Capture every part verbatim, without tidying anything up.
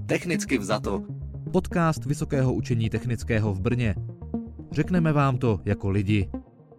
Technicky vzato. Podcast Vysokého učení technického v Brně. Řekneme vám to jako lidi.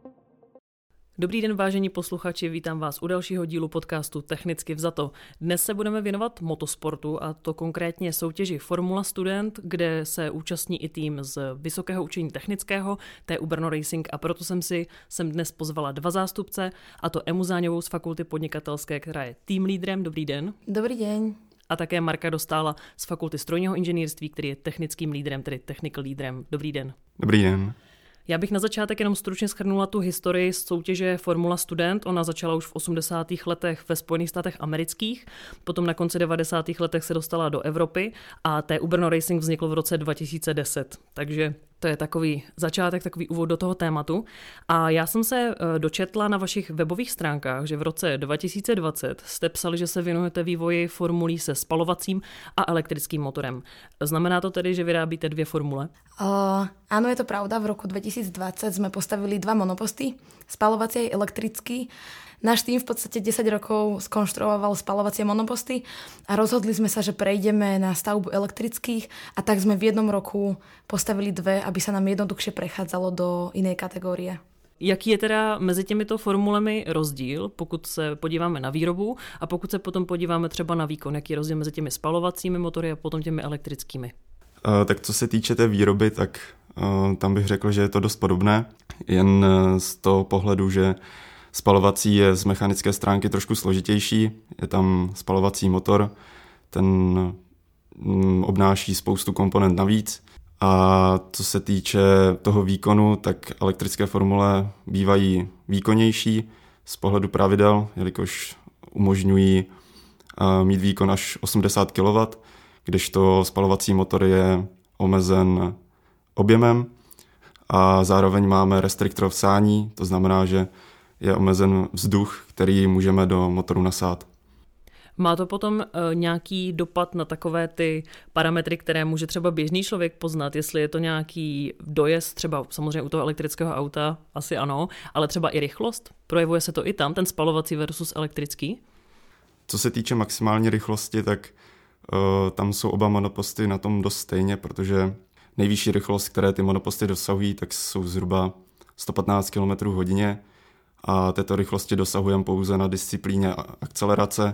Dobrý den, vážení posluchači, vítám vás u dalšího dílu podcastu Technicky vzato. Dnes se budeme věnovat motosportu, a to konkrétně soutěži Formula Student, kde se účastní i tým z Vysokého učení technického, T U Brno Racing, a proto jsem si sem dnes pozvala dva zástupce, a to Emu Záňovou z Fakulty podnikatelské, která je tým lídrem. Dobrý den. Dobrý den. A také Marka Dostála z Fakulty strojního inženýrství, který je technickým lídrem, tedy technical lídrem. Dobrý den. Dobrý den. Já bych na začátek jenom stručně shrnula tu historii soutěže Formula Student. Ona začala už v osmdesátých letech ve Spojených státech amerických, potom na konci devadesátých letech se dostala do Evropy a T U Brno Racing vznikl v roce dva tisíce deset. Takže to je takový začátek, takový úvod do toho tématu. A já jsem se dočetla na vašich webových stránkách, že v roce dva tisíce dvacet jste psali, že se věnujete vývoji formulí se spalovacím a elektrickým motorem. Znamená to tedy, že vyrábíte dvě formule? Uh, áno, je to pravda. V roku dvetisícdvadsať sme postavili dva monoposty, spalovací a elektrický. Náš tým v podstate desať rokov skonštruoval spalovacie monoposty a rozhodli sme sa, že prejdeme na stavbu elektrických, a tak sme v jednom roku postavili dve, aby sa nám jednoduchšie prechádzalo do inej kategórie. Jaký je teda mezi těmito formulemi rozdíl, pokud se podíváme na výrobu a pokud se potom podíváme třeba na výkon? Jaký je rozdíl mezi těmi spalovacími motory a potom těmi elektrickými? Uh, tak co se týče té výroby, tak uh, tam bych řekl, že je to dost podobné, jen z toho pohledu, že spalovací je z mechanické stránky trošku složitější, je tam spalovací motor, ten mm, obnáší spoustu komponent navíc. A co se týče toho výkonu, tak elektrické formule bývají výkonnější z pohledu pravidel, jelikož umožňují uh, mít výkon až osmdesát kilowattů, kdežto spalovací motor je omezen objemem a zároveň máme restriktor vsání, to znamená, že je omezen vzduch, který můžeme do motoru nasát. Má to potom e, nějaký dopad na takové ty parametry, které může třeba běžný člověk poznat, jestli je to nějaký dojezd, třeba samozřejmě u toho elektrického auta, asi ano, ale třeba i rychlost? Projevuje se to i tam, ten spalovací versus elektrický? Co se týče maximální rychlosti, tak e, tam jsou oba monoposty na tom dost stejně, protože nejvyšší rychlost, které ty monoposty dosahují, tak jsou zhruba sto patnáct kilometrů hodině a této rychlosti dosahujeme pouze na disciplíně akcelerace.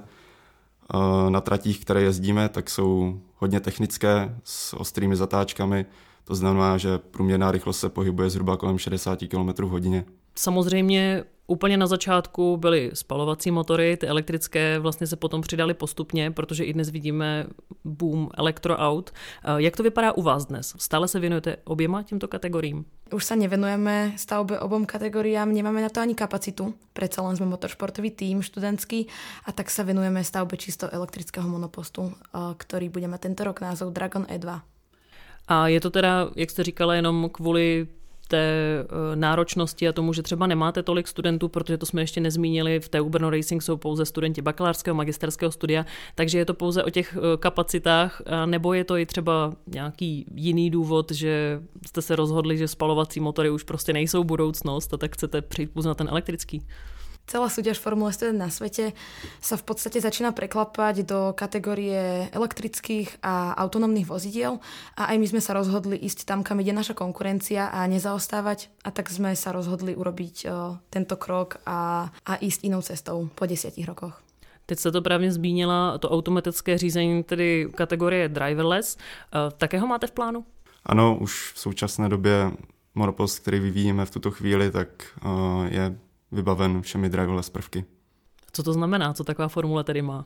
Na tratích, které jezdíme, tak jsou hodně technické s ostrými zatáčkami, to znamená, že průměrná rychlost se pohybuje zhruba kolem šedesát kilometrů hodině. Samozřejmě úplně na začátku byly spalovací motory, ty elektrické vlastně se potom přidaly postupně, protože i dnes vidíme boom elektroaut. Jak to vypadá u vás dnes? Stále se věnujete oběma těmto kategoriím? Už sa nevenujeme stavbe obom kategóriám, nemáme na to ani kapacitu. Predsa len sme motoršportový tím študentský, a tak sa venujeme stavbe čisto elektrického monopostu, ktorý bude mať tento rok názov Dragon E dva. A je to teda, jak jste říkala, jenom kvůli té náročnosti a tomu, že třeba nemáte tolik studentů, protože to jsme ještě nezmínili, v T U Brno Racing jsou pouze studenti bakalářského, magisterského studia, takže je to pouze o těch kapacitách, nebo je to i třeba nějaký jiný důvod, že jste se rozhodli, že spalovací motory už prostě nejsou budoucnost, a tak chcete přijít pouze na ten elektrický? Celá súťaž Formule Student na svete sa v podstate začína preklapať do kategórie elektrických a autonómnych vozidiel, a aj my sme sa rozhodli ísť tam, kam ide naša konkurencia, a nezaostávať, a tak sme sa rozhodli urobiť o, tento krok a, a ísť inou cestou po desiatich rokoch. Teď jste to právě zmínila, to automatické řízení, tedy kategorie driverless. Také ho máte v plánu? Ano, už v současné době monopost, který vyvíjíme v tuto chvíli, tak uh, je vybaven všemi driverless prvky. Co to znamená? Co taková formule tedy má?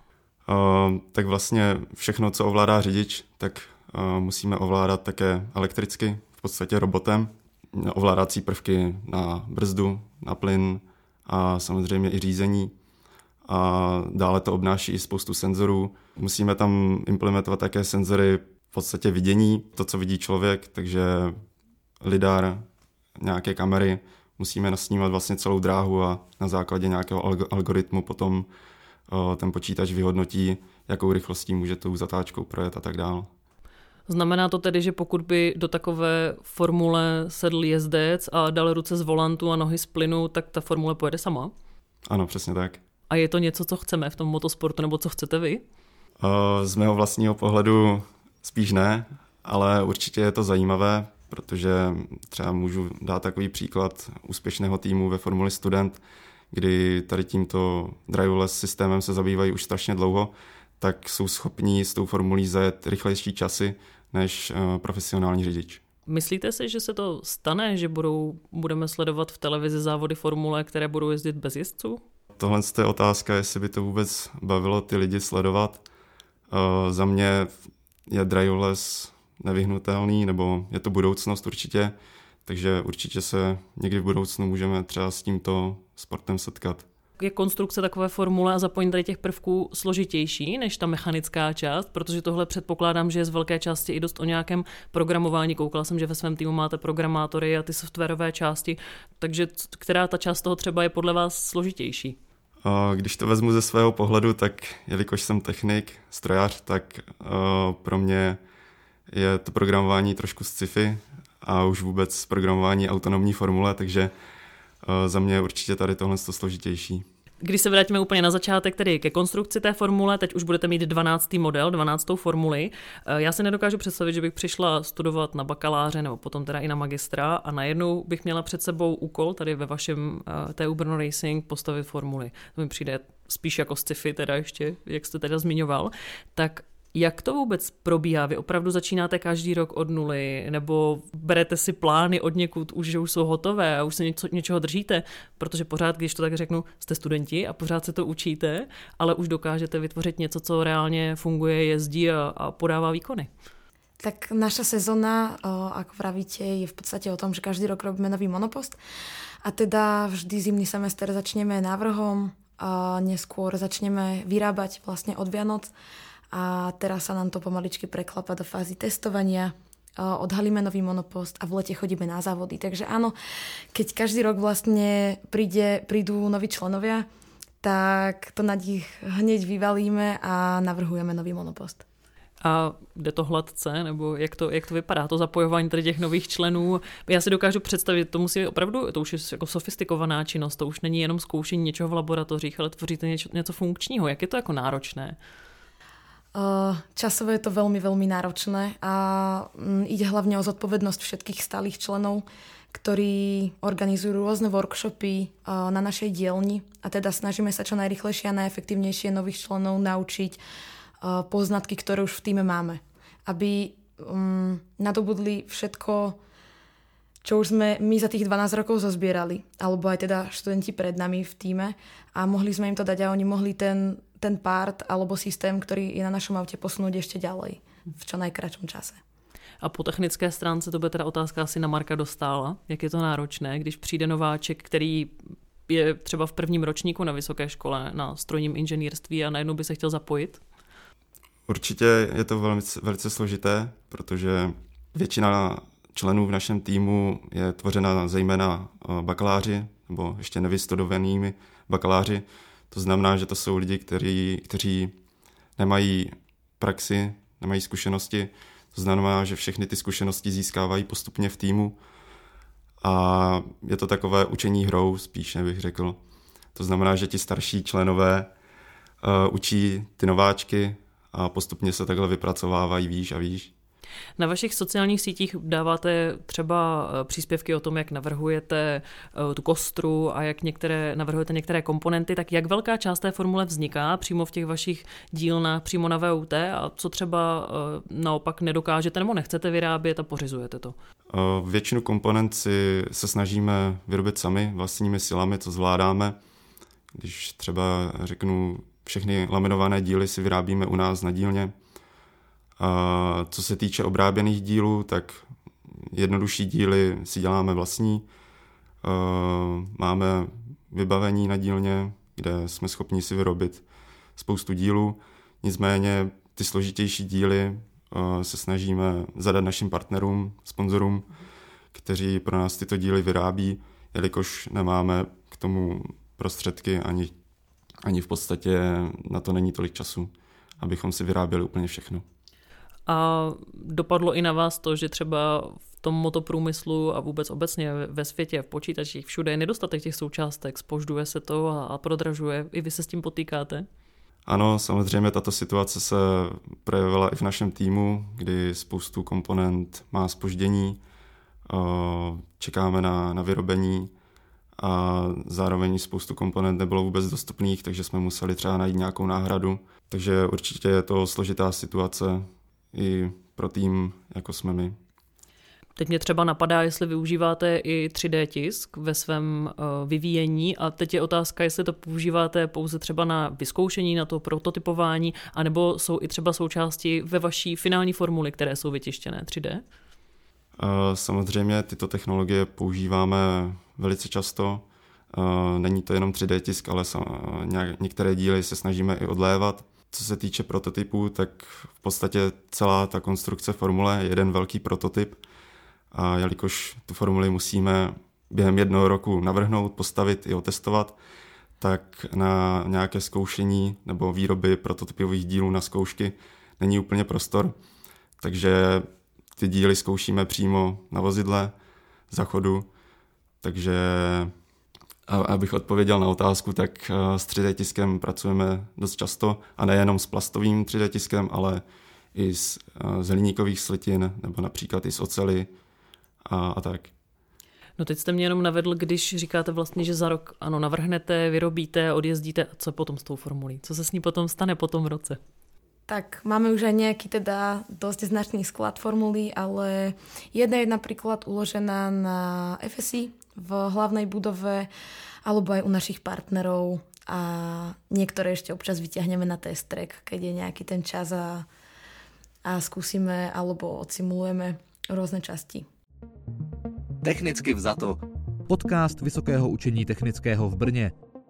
Uh, tak vlastně všechno, co ovládá řidič, tak uh, musíme ovládat také elektricky, v podstatě robotem. Ovládací prvky na brzdu, na plyn a samozřejmě i řízení. A dále to obnáší i spoustu senzorů. Musíme tam implementovat také senzory v podstatě vidění, to, co vidí člověk, takže lidar, nějaké kamery, musíme nasnímat vlastně celou dráhu a na základě nějakého algoritmu potom o, ten počítač vyhodnotí, jakou rychlostí může tou zatáčkou projet a tak dál. Znamená to tedy, že pokud by do takové formule sedl jezdec a dal ruce z volantu a nohy z plynu, tak ta formule pojede sama? Ano, přesně tak. A je to něco, co chceme v tom motosportu, nebo co chcete vy? Z mého vlastního pohledu spíš ne, ale určitě je to zajímavé, protože třeba můžu dát takový příklad úspěšného týmu ve Formuli Student, kdy tady tímto driverless systémem se zabývají už strašně dlouho, tak jsou schopní s tou formulí zajet rychlejší časy než profesionální řidič. Myslíte si, že se to stane, že budou, budeme sledovat v televizi závody formule, které budou jezdit bez jezdců? Tohle je otázka, jestli by to vůbec bavilo ty lidi sledovat. Uh, za mě je driverless nevyhnutelný, nebo je to budoucnost určitě, takže určitě se někdy v budoucnu můžeme třeba s tímto sportem setkat. Je konstrukce takové formule a zapojení tady těch prvků složitější než ta mechanická část, protože tohle předpokládám, že je z velké části i dost o nějakém programování. Koukala jsem, že ve svém týmu máte programátory a ty softwarové části, takže která ta část toho třeba je podle vás složitější? Když to vezmu ze svého pohledu, tak jelikož jsem technik, strojař, tak pro mě je to programování trošku sci-fi a už vůbec programování autonomní formule, takže za mě je určitě tady tohle složitější. Když se vrátíme úplně na začátek, tedy ke konstrukci té formule, teď už budete mít dvanáctý model, dvanáctou formuli. Já si nedokážu představit, že bych přišla studovat na bakaláře nebo potom teda i na magistra a najednou bych měla před sebou úkol tady ve vašem té U Brno Racing postavit formuli. To mi přijde spíš jako sci-fi teda ještě, jak jste teda zmiňoval. Tak jak to vůbec probíhá? Vy opravdu začínáte každý rok od nuly, nebo berete si plány od někud, už, že už jsou hotové a už se něco, něčeho držíte? Protože pořád, když to tak řeknu, jste studenti a pořád se to učíte, ale už dokážete vytvořit něco, co reálně funguje, jezdí a, a podává výkony. Tak naša sezóna, ako vravíte, je v podstate o tom, že každý rok robíme nový monopost a teda vždy zimný semester začneme návrhom a neskôr začneme vyrábať vlastne od Vianoc. A teraz sa nám to pomaličky preklapa do fázy testovania, odhalíme nový monopost a v lete chodíme na závody. Takže áno, keď každý rok vlastne príde, prídu noví členovia, tak to na nich hneď vyvalíme a navrhujeme nový monopost. A jde to hladce, nebo jak to, jak to vypadá, to zapojování tady těch nových členů? Já si dokážu představit, to musí opravdu, to už je jako sofistikovaná činnost, to už není jenom zkoušení něčeho v laboratořích, ale tvoříte něco, něco funkčního. Jak je to jako náročné? Časovo je to veľmi, veľmi náročné a ide hlavne o zodpovednosť všetkých stálych členov, ktorí organizujú rôzne workshopy na našej dielni a teda snažíme sa čo najrýchlejšie a najefektívnejšie nových členov naučiť poznatky, ktoré už v týme máme. Aby nadobudli všetko, čo už sme my za tých dvanásť rokov zozbierali, alebo aj teda študenti pred nami v týme a mohli sme im to dať a oni mohli ten ten part alebo systém, ktorý je na našom aute, posunúť ešte ďalej v čo najkratšom čase. A po technické stránce to bude teda otázka asi na Marka Dostála. Jak je to náročné, když přijde nováček, který je třeba v prvním ročníku na vysoké škole na strojním inženýrství a najednou by se chtěl zapojit? Určitě je to velmi, velice složité, protože většina členů v našem týmu je tvořena zejména bakaláři nebo ještě nevystudovanými bakaláři. To znamená, že to jsou lidi, kteří, kteří nemají praxi, nemají zkušenosti. To znamená, že všechny ty zkušenosti získávají postupně v týmu a je to takové učení hrou, spíš bych řekl. To znamená, že ti starší členové uh, učí ty nováčky a postupně se takhle vypracovávají výš a výš. Na vašich sociálních sítích dáváte třeba příspěvky o tom, jak navrhujete tu kostru a jak některé, navrhujete některé komponenty, tak jak velká část té formule vzniká přímo v těch vašich dílnách, přímo na V U T a co třeba naopak nedokážete nebo nechcete vyrábět a pořizujete to? Většinu komponent si se snažíme vyrobit sami vlastními silami, co zvládáme. Když třeba řeknu, všechny laminované díly si vyrábíme u nás na dílně. A co se týče obráběných dílů, tak jednodušší díly si děláme vlastní. Máme vybavení na dílně, kde jsme schopni si vyrobit spoustu dílů. Nicméně ty složitější díly se snažíme zadat našim partnerům, sponzorům, kteří pro nás tyto díly vyrábí, jelikož nemáme k tomu prostředky ani, ani v podstatě na to není tolik času, abychom si vyráběli úplně všechno. A dopadlo i na vás to, že třeba v tom motoprůmyslu a vůbec obecně ve světě, v počítačích, všude je nedostatek těch součástek, zpožďuje se to a, a prodražuje. I vy se s tím potýkáte? Ano, samozřejmě tato situace se projevila i v našem týmu, kdy spoustu komponent má zpoždění, čekáme na, na vyrobení a zároveň spoustu komponent nebylo vůbec dostupných, takže jsme museli třeba najít nějakou náhradu. Takže určitě je to složitá situace i pro tým, jako jsme my. Teď mě třeba napadá, jestli využíváte i tři dé tisk ve svém uh, vyvíjení a teď je otázka, jestli to používáte pouze třeba na vyzkoušení, na to prototypování, anebo jsou i třeba součásti ve vaší finální formuli, které jsou vytištěné tři dé? Uh, samozřejmě tyto technologie používáme velice často. Uh, není to jenom tři dé tisk, ale sam, uh, nějak, některé díly se snažíme i odlévat. Co se týče prototypů, tak v podstatě celá ta konstrukce formule je jeden velký prototyp. A jelikož tu formuli musíme během jednoho roku navrhnout, postavit i otestovat, tak na nějaké zkoušení nebo výroby prototypových dílů na zkoušky není úplně prostor. Takže ty díly zkoušíme přímo na vozidle, za chodu. Takže abych odpověděl na otázku, tak s tři dé tiskem pracujeme dost často a nejenom s plastovým tři dé tiskem, ale i z, z hliníkových slitin nebo například i z oceli a, a tak. No teď jste mě jenom navedl, když říkáte vlastně, že za rok ano, navrhnete, vyrobíte, odjezdíte, a co potom s tou formulí? Co se s ní potom stane po tom roce? Tak máme už aj nejaký teda dosť značný sklad formulí, ale jedna je napríklad uložená na ef es í v hlavnej budove alebo aj u našich partnerov a niektoré ešte občas vyťahneme na test track, keď je nejaký ten čas a, a skúsime alebo odsimulujeme rôzne časti. Technicky vzato. Podcast Vysokého učení technického v Brně.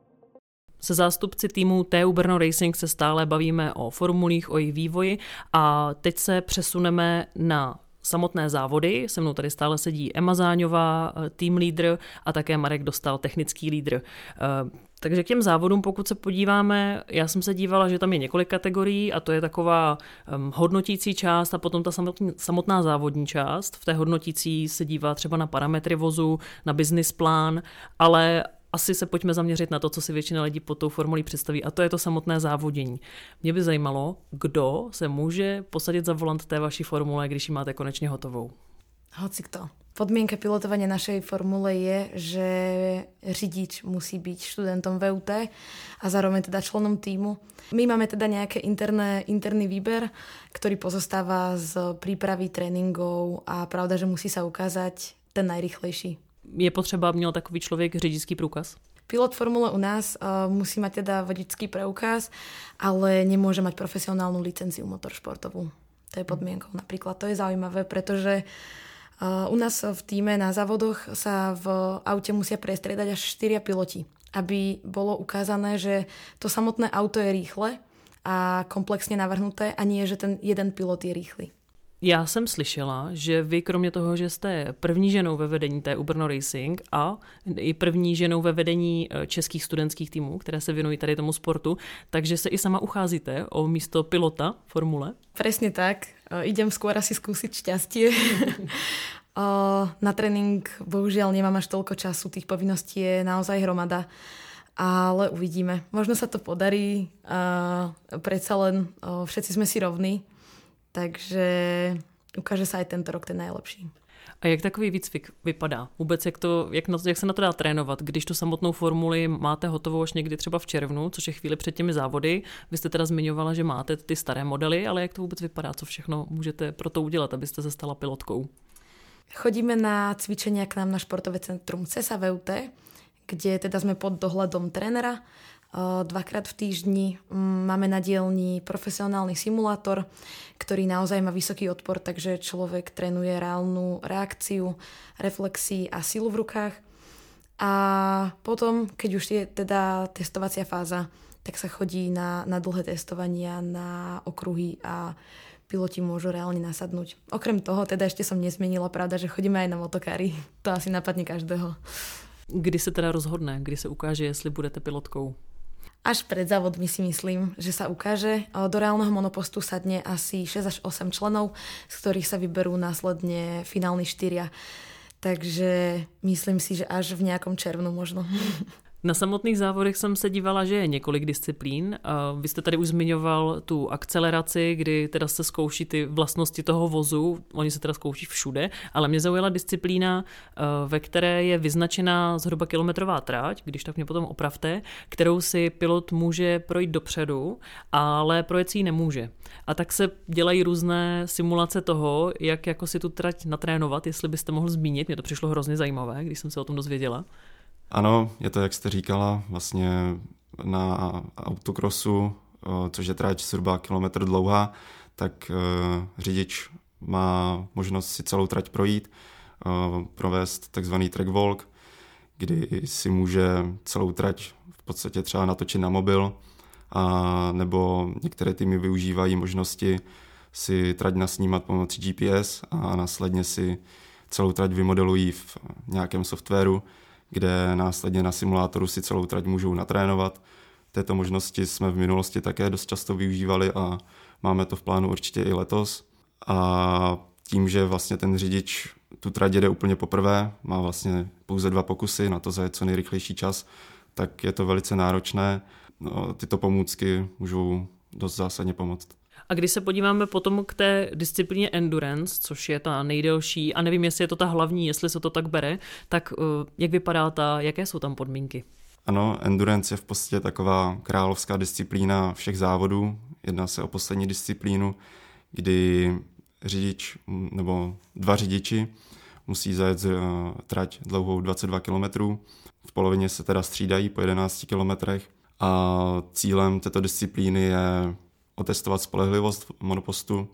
Se zástupci týmu té u Brno Racing se stále bavíme o formulích, o jejich vývoji a teď se přesuneme na samotné závody. Se mnou tady stále sedí Emma Záňová, tým lídr a také Marek Dostal, technický lídr. Takže k těm závodům, pokud se podíváme, já jsem se dívala, že tam je několik kategorií a to je taková hodnotící část a potom ta samotná závodní část. V té hodnotící se dívá třeba na parametry vozu, na business plán, ale asi se pojďme zaměřit na to, co si většina lidí pod tou formulí představí, a to je to samotné závodění. Mě by zajímalo, kdo se může posadit za volant té vaší formule, když ji máte konečně hotovou. Hoci kto. Podmienka pilotovania našej formule je, že řidič musí byť študentom vé ú té a zároveň teda členom týmu. My máme teda nejaké interné, interný výber, ktorý pozostáva z prípravy tréninkov a pravda, že musí sa ukázať ten najrýchlejší. Je potřeba, měl takový člověk řidičský průkaz? Pilot formule u nás uh, musí mať teda vodičský preukaz, ale nemôže mať profesionálnu licenciu motoršportovú. To je podmienkou napríklad. To je zaujímavé, pretože uh, u nás v týme na závodoch sa v aute musia prestriedať až štyria piloti, aby bolo ukázané, že to samotné auto je rýchle a komplexne navrhnuté a nie, že ten jeden pilot je rýchly. Já jsem slyšela, že vy kromě toho, že jste první ženou ve vedení té u Brno Racing a i první ženou ve vedení českých studentských týmů, které se věnují tady tomu sportu, takže se i sama ucházíte o místo pilota formule? Presne tak. Idem skôr asi skúsiť šťastie. Na tréning bohužiaľ nemám až toľko času, tých povinností je naozaj hromada. Ale uvidíme. Možno sa to podarí. Predsa len všetci sme si rovní. Takže ukáže se aj tento rok ten nejlepší. A jak takový výcvik vypadá? Vůbec jak, to, jak, na, jak se na to dá trénovat? Když tu samotnou formuli máte hotovou až někdy třeba v červnu, což je chvíli před těmi závody. Vy jste teda zmiňovala, že máte ty staré modely, ale jak to vůbec vypadá? Co všechno můžete pro to udělat, abyste se stala pilotkou? Chodíme na cvičenia k nám na športové centrum cé é es á vé ú té, kde teda sme pod dohľadom trénera. Dvakrát v týždni máme na dielni profesionálny simulátor, ktorý naozaj má vysoký odpor, takže človek trénuje reálnu reakciu, reflexii a silu v rukách. A potom, keď už je teda testovacia fáza, tak sa chodí na, na dlhé testovania, na okruhy a piloti môžu reálne nasadnúť. Okrem toho, teda ešte som nezmenila, pravda, že chodíme aj na motokári. To asi napadne každého. Kdy se teda rozhodne, kdy se ukáže, jestli budete pilotkou? Až pred závodmi si myslím, že sa ukáže. Do reálneho monopostu sadne asi šesť až osem členov, z ktorých sa vyberú následne finálni štyria. Takže myslím si, že až v nejakom červnu možno. Na samotných závodech jsem se dívala, že je několik disciplín. Vy jste tady už zmiňoval tu akceleraci, kdy teda se zkouší ty vlastnosti toho vozu. Oni se teda zkouší všude, ale mě zaujala disciplína, ve které je vyznačená zhruba kilometrová trať, když tak mě potom opravte, kterou si pilot může projít dopředu, ale projet si ji nemůže. A tak se dělají různé simulace toho, jak jako si tu trať natrénovat, jestli byste mohl zmínit. Mně to přišlo hrozně zajímavé, když jsem se o tom dozvěděla. Ano, je to, jak jste říkala, vlastně na autokrosu, což je trať zhruba kilometr dlouhá, tak řidič má možnost si celou trať projít, provést takzvaný track walk, kdy si může celou trať v podstatě třeba natočit na mobil, a nebo některé týmy využívají možnosti si trať nasnímat pomocí G P S a následně si celou trať vymodelují v nějakém softwaru, kde následně na simulátoru si celou trať můžou natrénovat. Této možnosti jsme v minulosti také dost často využívali a máme to v plánu určitě i letos. A tím, že vlastně ten řidič tu trať jede úplně poprvé, má vlastně pouze dva pokusy na to zajet co nejrychlejší čas, tak je to velice náročné. No, tyto pomůcky můžou dost zásadně pomoct. A když se podíváme potom k té disciplíně endurance, což je ta nejdelší, a nevím, jestli je to ta hlavní, jestli se to tak bere, tak jak vypadá ta, jaké jsou tam podmínky? Ano, endurance je v podstatě taková královská disciplína všech závodů. Jedná se o poslední disciplínu, kdy řidič nebo dva řidiči musí zajet trať dlouhou dvacet dva kilometrů. V polovině se teda střídají po jedenácti kilometrech a cílem této disciplíny je otestovat spolehlivost monopostu,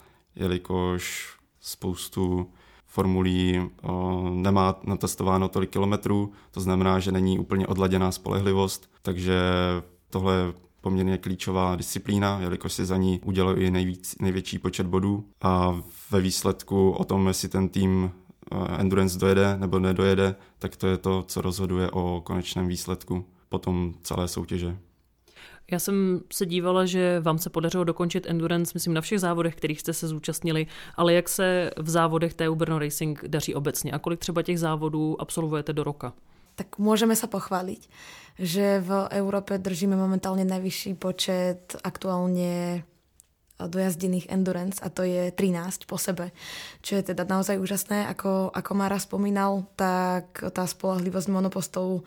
jelikož spoustu formulí o, nemá natestováno tolik kilometrů, to znamená, že není úplně odladěná spolehlivost, takže tohle je poměrně klíčová disciplína, jelikož si za ní udělají nejvíc, největší počet bodů a ve výsledku o tom, jestli ten tým endurance dojede nebo nedojede, tak to je to, co rozhoduje o konečném výsledku potom celé soutěže. Já jsem se dívala, že vám se podařilo dokončit endurance, myslím, na všech závodech, kterých jste se zúčastnili, ale jak se v závodech té Brno Racing daří obecně a kolik třeba těch závodů absolvujete do roka? Tak môžeme sa pochváliť, že v Európe držíme momentálne najvyšší počet aktuálne dojazdených endurance a to je trinásť po sebe, čo je teda naozaj úžasné. Ako, ako Mára spomínal, tak tá spoľahlivosť monopostov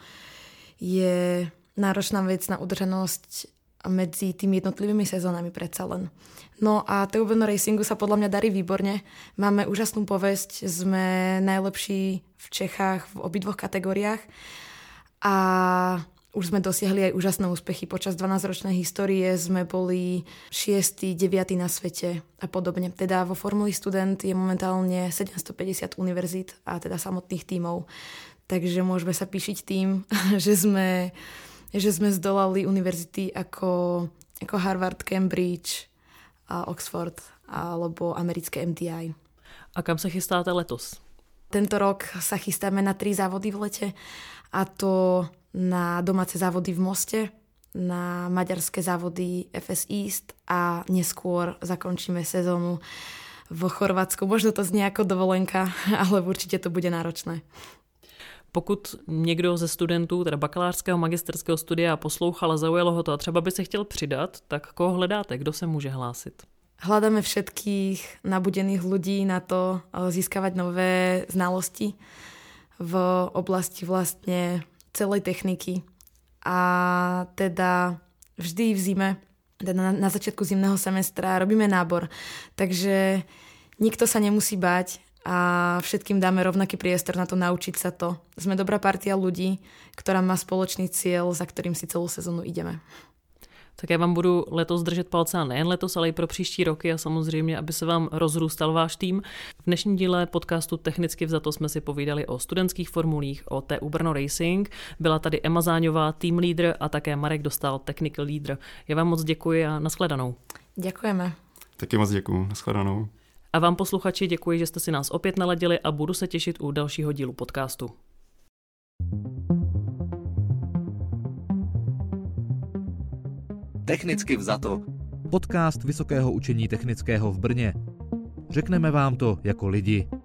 je náročná vec na udržanosť medzi tými jednotlivými sezónami predsa len. No a té Brno Racingu sa podľa mňa darí výborne. Máme úžasnú povesť, sme najlepší v Čechách v obidvoch kategóriách a už sme dosiahli aj úžasné úspechy. Počas dvanásťročnej histórie sme boli šiesty, deviaty na svete a podobne. Teda vo Formuli Student je momentálne sedemstopäťdesiat univerzít a teda samotných tímov. Takže môžeme sa píšiť tým, že sme že sme zdolali univerzity ako, ako Harvard, Cambridge, a Oxford alebo americké M T I. A kam sa chystáte letos? Tento rok sa chystáme na tri závody v lete a to na domáce závody v Moste, na maďarské závody F S East a neskôr zakončíme sezónu vo Chorvátsku. Možno to znie ako dovolenka, ale určite to bude náročné. Pokud někdo ze studentů, teda bakalářského, magisterského studia poslouchal a zaujalo ho to a třeba by se chtěl přidat, tak koho hledáte? Kdo se může hlásit? Hľadáme všetkých nabudených ľudí na to získavať nové znalosti v oblasti vlastne celej techniky. A teda vždy v zime, teda na, na začiatku zimného semestra robíme nábor. Takže nikto sa nemusí báť a všetkým dáme rovnaký priestor na to naučiť sa to. Sme dobrá partia ľudí, ktorá má spoločný cieľ, za ktorým si celú sezónu ideme. Tak já vám budu letos držet palce a nejen letos, ale i pro příští roky a samozřejmě, aby se vám rozrůstal váš tým. V dnešním díle podcastu Technicky vzato jsme si povídali o studentských formulích, o T U Brno Racing. Byla tady Emma Záňová, team leader a také Marek Dostál, technical leader. Já vám moc děkuji a nashledanou. Děkujeme. Taky moc děkuji, nashledanou. A vám posluchači děkuji, že jste si nás opět naladili a budu se těšit u dalšího dílu podcastu. Technicky vzato. Podcast Vysokého učení technického v Brně. Řekneme vám to jako lidi.